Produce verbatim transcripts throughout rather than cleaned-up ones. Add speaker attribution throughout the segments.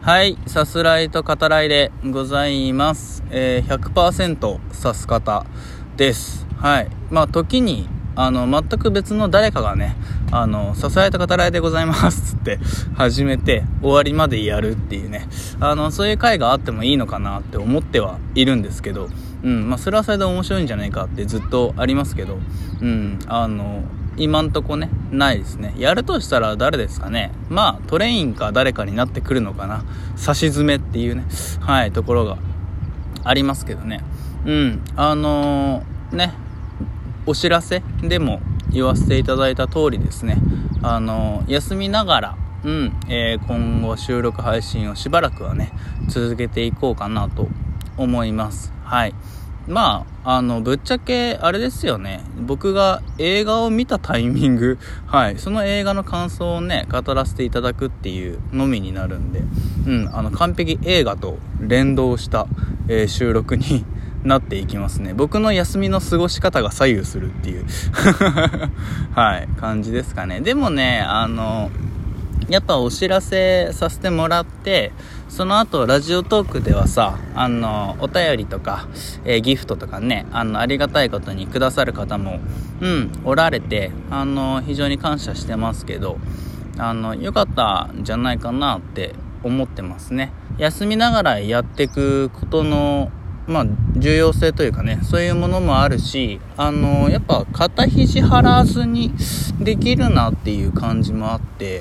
Speaker 1: はい、さすらいと語らいでございます。えー、ひゃくパーセント さす方です。はい。まあ時にあの全く別の誰かがね、あのさすらいと語らいでございますって始めて終わりまでやるっていうね、あのそういう回があってもいいのかなって思ってはいるんですけど、うん、まあそれはそれで面白いんじゃないかってずっとありますけど、うん、あの今んとこねないですね。やるとしたら誰ですかね。まあトレインか誰かになってくるのかな。差し詰めっていうね、はいところがありますけどね。うんあのー、ねお知らせでも言わせていただいた通りですね。あのー、休みながらうん、えー、今後収録配信をしばらくはね続けていこうかなと思います。はい。まあ、あの、ぶっちゃけ、あれですよね。僕が映画を見たタイミング、はい、その映画の感想をね、語らせていただくっていうのみになるんで、うん、あの、完璧映画と連動した、えー、収録になっていきますね。僕の休みの過ごし方が左右するっていう、はい、感じですかね。でもね、あの、やっぱお知らせさせてもらって、その後ラジオトークではさ、あのお便りとか、えー、ギフトとかね、あのありがたいことにくださる方もうんおられて、あの非常に感謝してますけど、あの良かったんじゃないかなって思ってますね。休みながらやっていくことのまあ重要性というかね、そういうものもあるし、あのやっぱ肩肘張らずにできるなっていう感じもあって、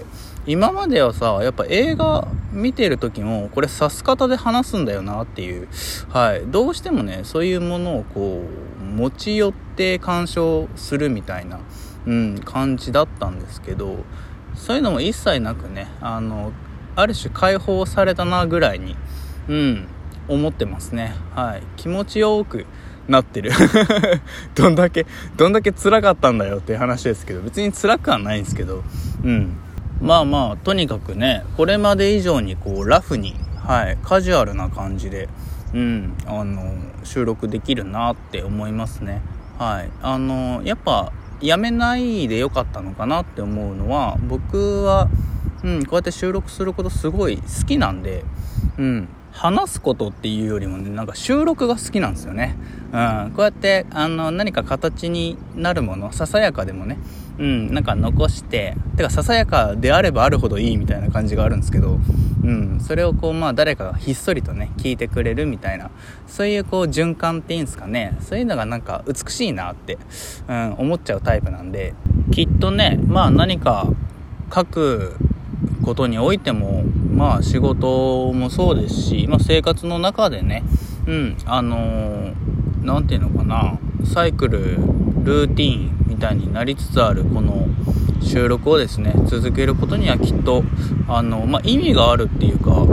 Speaker 1: 今まではさ、やっぱ映画見てる時もこれさす方で話すんだよなっていう、はい、どうしてもねそういうものをこう持ち寄って鑑賞するみたいな、うん、感じだったんですけど、そういうのも一切なくね、あのある種解放されたなぐらいに、うん、思ってますね。はい、気持ちよくなってるどんだけどんだけ辛かったんだよっていう話ですけど、別に辛くはないんですけど、うんまあまあとにかくね、これまで以上にこうラフに、はい、カジュアルな感じで、うん、あの収録できるなって思いますね。はい、あのやっぱやめないでよかったのかなって思うのは、僕は、うん、こうやって収録することすごい好きなんで、うん、話すことっていうよりもね、なんか収録が好きなんですよね。うん、こうやってあの何か形になるもの、ささやかでもね、うん、なんか残して、てかささやかであればあるほどいいみたいな感じがあるんですけど、うん、それをこうまあ誰かがひっそりとね聞いてくれるみたいな、そういうこう循環っていうんですかね、そういうのがなんか美しいなって、うん、思っちゃうタイプなんで、きっとね、まあ何か書くことにおいても、まあ仕事もそうですし、まあ生活の中でね、うんあのー、なんていうのかな、サイクルルーティーンみたいになりつつあるこの収録をですね続けることにはきっとあの、まあ、意味があるっていうか、うん、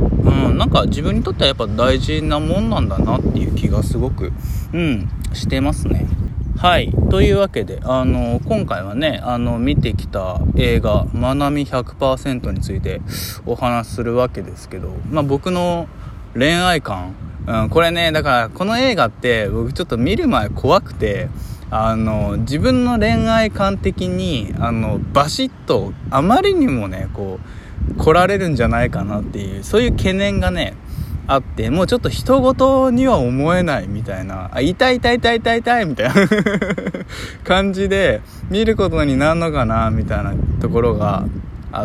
Speaker 1: なんか自分にとってはやっぱ大事なもんなんだなっていう気がすごく、うん、してますね。はい、というわけであの今回はねあの見てきた映画まなみ ひゃくパーセント についてお話しするわけですけど、まあ、僕の恋愛観、うん、これねだからこの映画って僕ちょっと見る前怖くて、あの自分の恋愛観的にあのバシッとあまりにもねこう来られるんじゃないかなっていう、そういう懸念がねあって、もうちょっと人事には思えないみたいな、あ痛い痛い痛い痛い痛いみたいな感じで見ることになるのかなみたいなところがあって、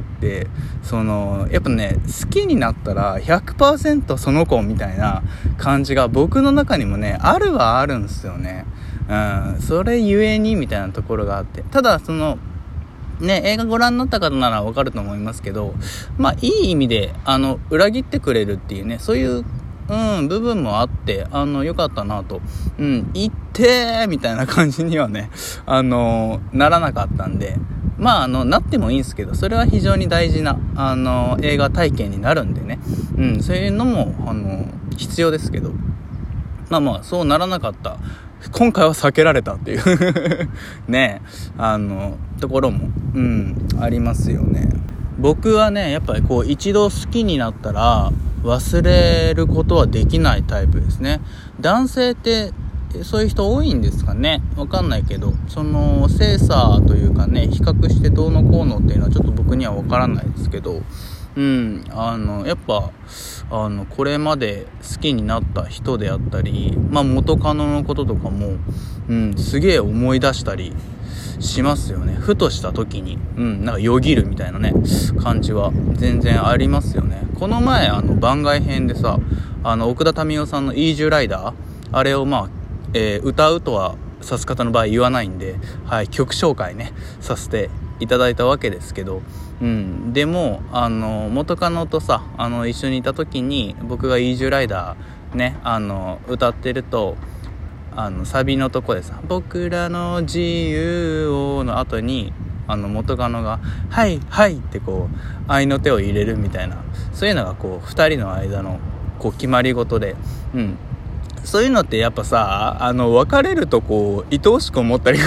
Speaker 1: そのやっぱね好きになったら ひゃくパーセント その子みたいな感じが僕の中にもねあるはあるんですよね。うん、それゆえにみたいなところがあって、ただそのね映画ご覧になった方ならわかると思いますけど、まあいい意味であの裏切ってくれるっていうね、そういううん、部分もあって、あの、良かったなと。うん、行ってーみたいな感じにはね、あの、ならなかったんで、まあ、あの、なってもいいんですけど、それは非常に大事な、あの、映画体験になるんでね、うん、そういうのも、あの、必要ですけど、まあまあ、そうならなかった。今回は避けられたっていうね、あの、ところも、うん、ありますよね。僕はね、やっぱりこう、一度好きになったら、忘れることはできないタイプですね。男性ってそういう人多いんですかね、わかんないけど、その性差というかね、比較してどうのこうのっていうのはちょっと僕にはわからないですけど、 うん、あのやっぱあのこれまで好きになった人であったり、まあ、元カノのこととかも、うん、すげえ思い出したりしますよね。ふとした時に、うん、なんかよぎるみたいなね感じは全然ありますよね。この前あの番外編でさ、あの奥田民生さんのイージュライダー、あれをまあ、えー、歌うとはさす方の場合言わないんで、はい、曲紹介ねさせていただいたわけですけど、うん、でもあの元カノとさあの一緒にいた時に僕がイージュライダーねあの歌ってると、あのサビのとこでさ僕らの自由をの後にあの元カノがはいはいってこう愛の手を入れるみたいな、そういうのがこうふたりの間のこう決まり事で、うんそういうのってやっぱさ、あの別れるとこう愛おしく思ったり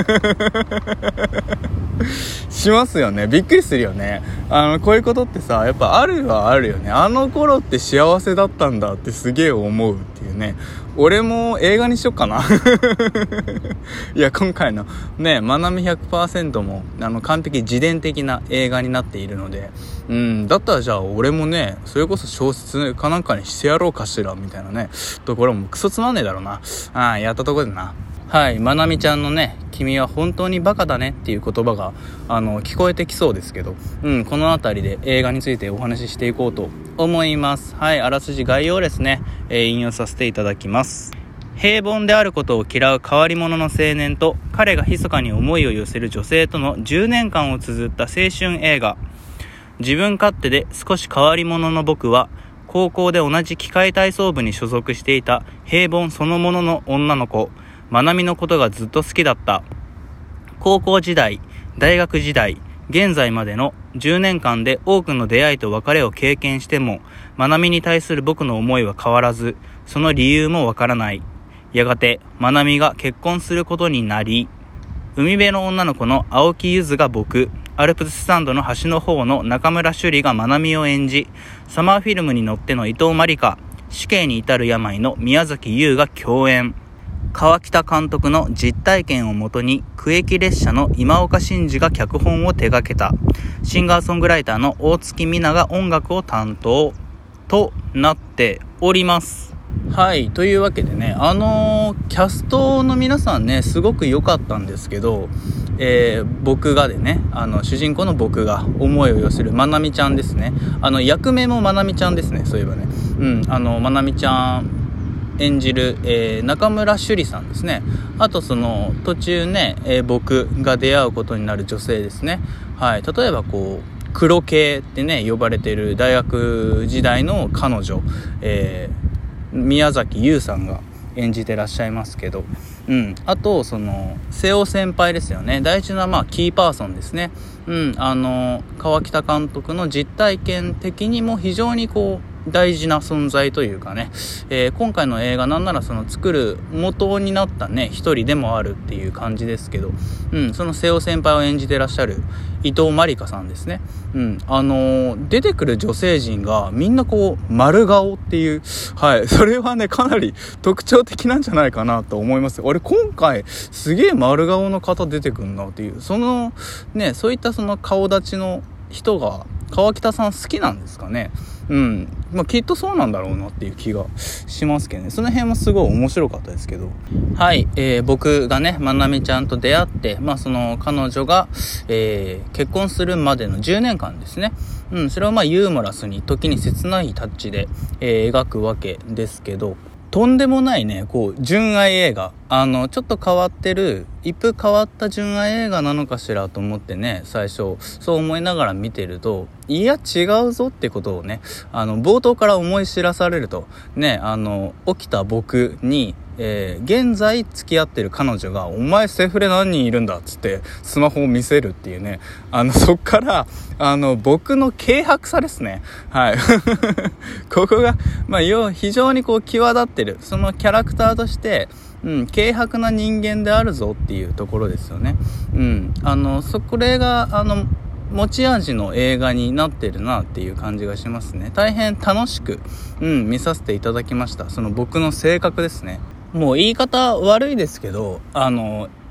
Speaker 1: しますよね。びっくりするよね。あのこういうことってさやっぱあるはあるよね。あの頃って幸せだったんだってすげえ思うっていうね。俺も映画にしよっかないや今回のねまなみ ひゃくパーセント もあの完璧自伝的な映画になっているので、うんだったらじゃあ俺もねそれこそ小説かなんかにしてやろうかしらみたいなねところもクソつまんねえだろうな。ああやったとこでな。はい、まなみちゃんのね君は本当にバカだねっていう言葉があの聞こえてきそうですけど、うん、このあたりで映画についてお話ししていこうと思います。はい、あらすじ概要ですね、えー、引用させていただきます。平凡であることを嫌う変わり者の青年と彼が密かに思いを寄せる女性とのじゅうねんかんを綴った青春映画。自分勝手で少し変わり者の僕は高校で同じ機械体操部に所属していた平凡そのものの女の子まなみのことがずっと好きだった。高校時代、大学時代、現在までのじゅうねんかんで多くの出会いと別れを経験しても、まなみに対する僕の思いは変わらず、その理由もわからない。やがて、まなみが結婚することになり、海辺の女の子の青木ゆずが僕、アルプススタンドの端の方の中村朱里がまなみを演じ、サマーフィルムに乗っての伊藤まりか、死刑に至る病の宮崎優が共演。川北監督の実体験をもとに区域列車の今岡真司が脚本を手掛けた。シンガーソングライターの大月みなが音楽を担当となっております。はい、というわけでね、あのー、キャストの皆さんねすごく良かったんですけど、えー、僕がでねあの主人公の僕が思いを寄せるまなみちゃんですね。あの役名もまなみちゃんですね。そういえばね、うんあのまなみちゃん演じる、えー、中村朱里さんですね。あとその途中ね、えー、僕が出会うことになる女性ですね。はい、例えばこう黒系ってね呼ばれている大学時代の彼女、えー、宮崎優さんが演じてらっしゃいますけど、うん、あとその瀬尾先輩ですよね。大事なまあキーパーソンですね。うん、あの川北監督の実体験的にも非常にこう大事な存在というかね、えー、今回の映画なんならその作る元になったね一人でもあるっていう感じですけど、うん、その瀬尾先輩を演じてらっしゃる伊藤まりかさんですね。うん、あのー、出てくる女性陣がみんなこう丸顔っていう、はい、それはねかなり特徴的なんじゃないかなと思います。俺今回すげえ丸顔の方出てくんなっていう、そのねそういったその顔立ちの人が川北さん好きなんですかね。うん、まあ、きっとそうなんだろうなっていう気がしますけどね。その辺もすごい面白かったですけど、はい、えー、僕がねまなみちゃんと出会って、まあその彼女が、えー、結婚するまでのじゅうねんかんですね。うん、それをまあユーモラスに時に切ないタッチで、えー、描くわけですけど、とんでもないねこう純愛映画、あのちょっと変わってる一風変わった純愛映画なのかしらと思ってね最初そう思いながら見てると、いや違うぞってことをねあの冒頭から思い知らされるとね、あの起きた僕に、えー、現在付き合ってる彼女がお前セフレ何人いるんだっつってスマホを見せるっていうね、あのそっからあの僕の軽薄さですね。はいここがまあ要非常にこう際立ってるそのキャラクターとしてうん、軽薄な人間であるぞっていうところですよね。うん、あのそこれがあの持ち味の映画になってるなっていう感じがしますね。大変楽しく、うん、見させていただきました。その僕の性格ですね。もう言い方悪いですけど、あの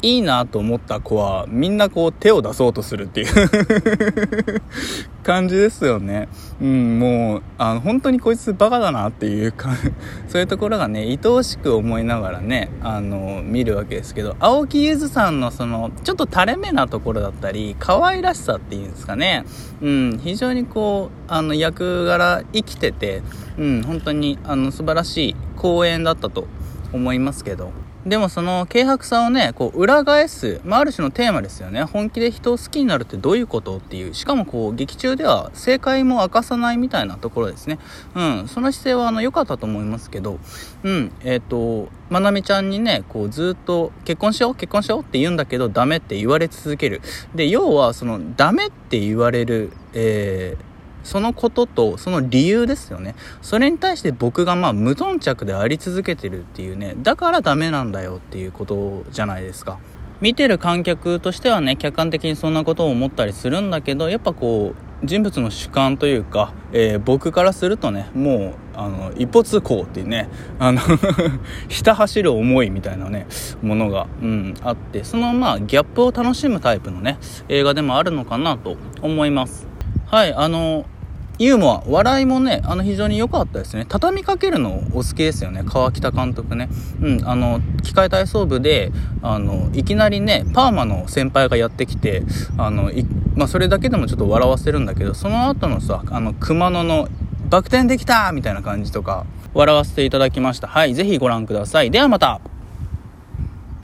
Speaker 1: いいなと思った子はみんなこう手を出そうとするっていう感じですよね。うん、もうあの本当にこいつバカだなっていうかそういうところがね愛おしく思いながらねあの見るわけですけど、青木ゆずさんのそのちょっと垂れ目なところだったり可愛らしさっていうんですかね、うん、非常にこうあの役柄生きてて、うん、本当にあの素晴らしい公演だったと思いますけど、でもその軽薄さをねこう裏返す、まあ、ある種のテーマですよね。本気で人を好きになるってどういうことっていう、しかもこう劇中では正解も明かさないみたいなところですね。うん、その姿勢はあの良かったと思いますけど、うんえっ、ー、とまなみちゃんにねこうずっと結婚しよう結婚しようって言うんだけどダメって言われ続ける。で要はそのダメって言われる、えーそのこととその理由ですよね。それに対して僕がまあ無頓着であり続けてるっていうね、だからダメなんだよっていうことじゃないですか。見てる観客としてはね客観的にそんなことを思ったりするんだけど、やっぱこう人物の主観というか、えー、僕からするとねもうあの一歩通行っていうねあのひた走る思いみたいなねものが、うん、あって、そのまあギャップを楽しむタイプのね映画でもあるのかなと思います。はい、あのユーモア笑いもねあの非常に良かったですね。畳みかけるのお好きですよね、川北監督ね。うんあの機械体操部であのいきなりねパーマの先輩がやってきてあのい、まあ、それだけでもちょっと笑わせるんだけど、その後のさあの熊野のバク転できたみたいな感じとか笑わせていただきました。はい、ぜひご覧ください。ではまた。